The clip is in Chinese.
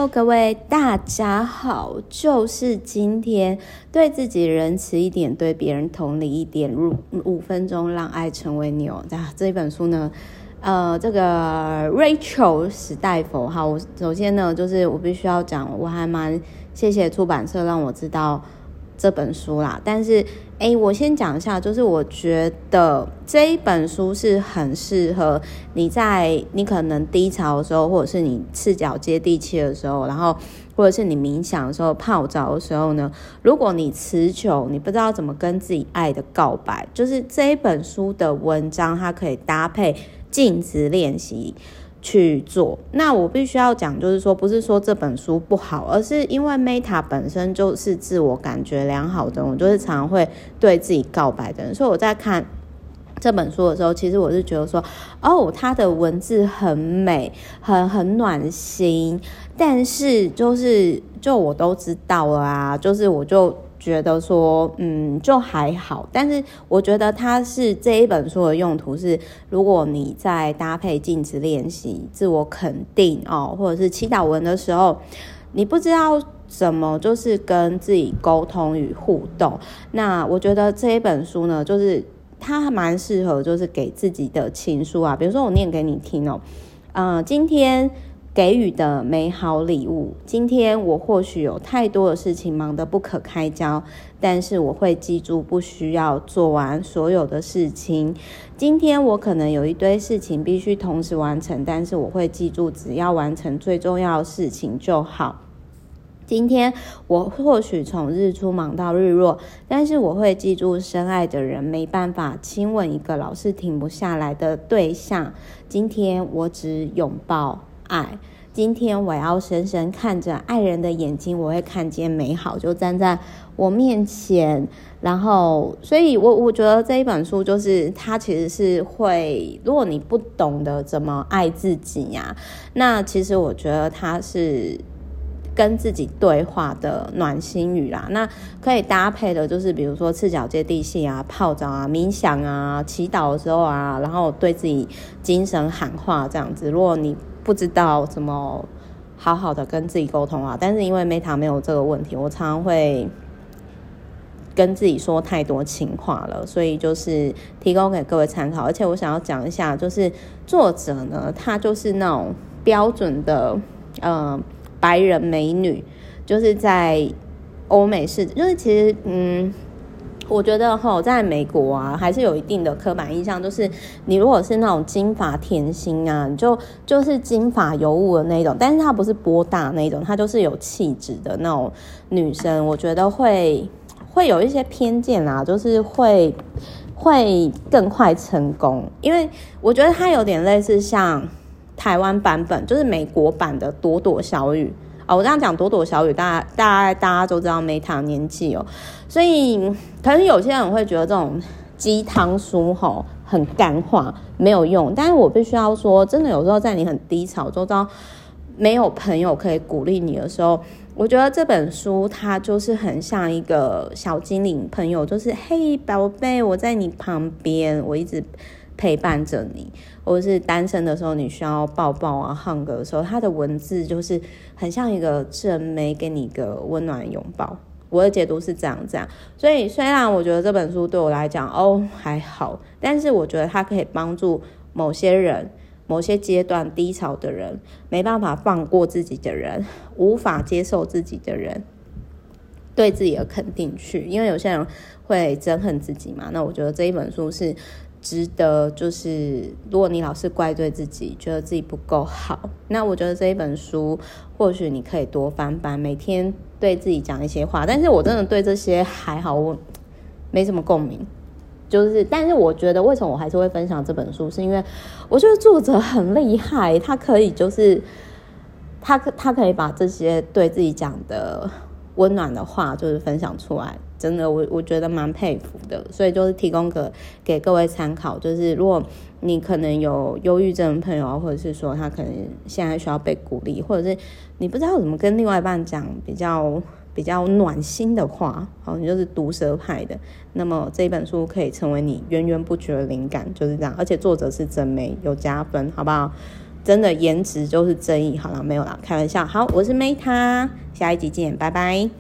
Hello， 各位大家好，就是今天对自己仁慈一点，对别人同理一点，5分钟让爱成为你哦。这一本书呢，这个 Rachel 史黛佛，好，我首先呢，就是我必须要讲，我还蛮谢谢出版社让我知道这本书啦，但是我先讲一下，就是我觉得这一本书是很适合你在你可能低潮的时候，或者是你赤脚接地气的时候，然后或者是你冥想的时候、泡澡的时候呢，如果你词穷，你不知道怎么跟自己爱的告白，就是这一本书的文章它可以搭配镜子练习去做。那我必须要讲，就是说不是说这本书不好，而是因为 Meta 本身就是自我感觉良好的人，我就是常常会对自己告白的人，所以我在看这本书的时候，其实我是觉得说，它的文字很美，很暖心，但是就我都知道了啊，就是我就觉得说就还好，但是我觉得它是这一本书的用途是，如果你在搭配镜子练习、自我肯定或者是祈祷文的时候，你不知道怎么就是跟自己沟通与互动，那我觉得这一本书呢，就是它蛮适合就是给自己的情书啊，比如说我念给你听今天给予的美好礼物。今天我或许有太多的事情忙得不可开交，但是我会记住不需要做完所有的事情。今天我可能有一堆事情必须同时完成，但是我会记住只要完成最重要的事情就好。今天我或许从日出忙到日落，但是我会记住深爱的人没办法亲吻一个老是停不下来的对象。今天我只拥抱爱，今天我要深深看着爱人的眼睛，我会看见美好就站在我面前。然后所以我觉得这一本书就是它其实是会，如果你不懂得怎么爱自己那其实我觉得它是跟自己对话的暖心语啦，那可以搭配的就是比如说赤脚接地气泡澡冥想祈祷的时候然后对自己精神喊话这样子。如果你不知道怎么好好的跟自己沟通但是因为 Meta 没有这个问题，我常常会跟自己说太多情话了，所以就是提供给各位参考。而且我想要讲一下，就是作者呢，他就是那种标准的白人美女，就是在欧美市，就是其实我觉得在美国还是有一定的刻板印象，就是你如果是那种金发甜心你就是金发尤物的那种，但是她不是波大那种，她就是有气质的那种女生，我觉得会有一些偏见就是会更快成功，因为我觉得她有点类似像台湾版本，就是美国版的朵朵小雨我这样讲朵朵小雨，大家都知道 Meta 年纪所以可能有些人会觉得这种鸡汤书很干话没有用，但是我必须要说，真的有时候在你很低潮周遭没有朋友可以鼓励你的时候，我觉得这本书它就是很像一个小精灵朋友，就是嘿宝贝，我在你旁边，我一直陪伴着你。或者是单身的时候你需要抱抱hug 的时候，它的文字就是很像一个正妹给你一个温暖的拥抱。我的解读是这样，所以虽然我觉得这本书对我来讲还好，但是我觉得它可以帮助某些人，某些阶段低潮的人，没办法放过自己的人，无法接受自己的人，对自己的肯定去，因为有些人会憎恨自己嘛。那我觉得这一本书是值得，就是如果你老是怪罪自己，觉得自己不够好，那我觉得这一本书或许你可以多翻翻，每天对自己讲一些话。但是我真的对这些还好，我没什么共鸣。但是我觉得为什么我还是会分享这本书，是因为我觉得作者很厉害，他可以他可以把这些对自己讲的温暖的话就是分享出来，真的我觉得蛮佩服的。所以就是提供给各位参考，就是如果你可能有忧郁症的朋友或者是说他可能现在需要被鼓励，或者是你不知道怎么跟另外一半讲比较暖心的话你就是毒舌派的，那么这本书可以成为你源源不绝的灵感，就是这样。而且作者是真美，有加分，好不好？ 真的颜值就是正义。好了，没有啦，开玩笑。好，我是 Meta，下一集见，拜拜。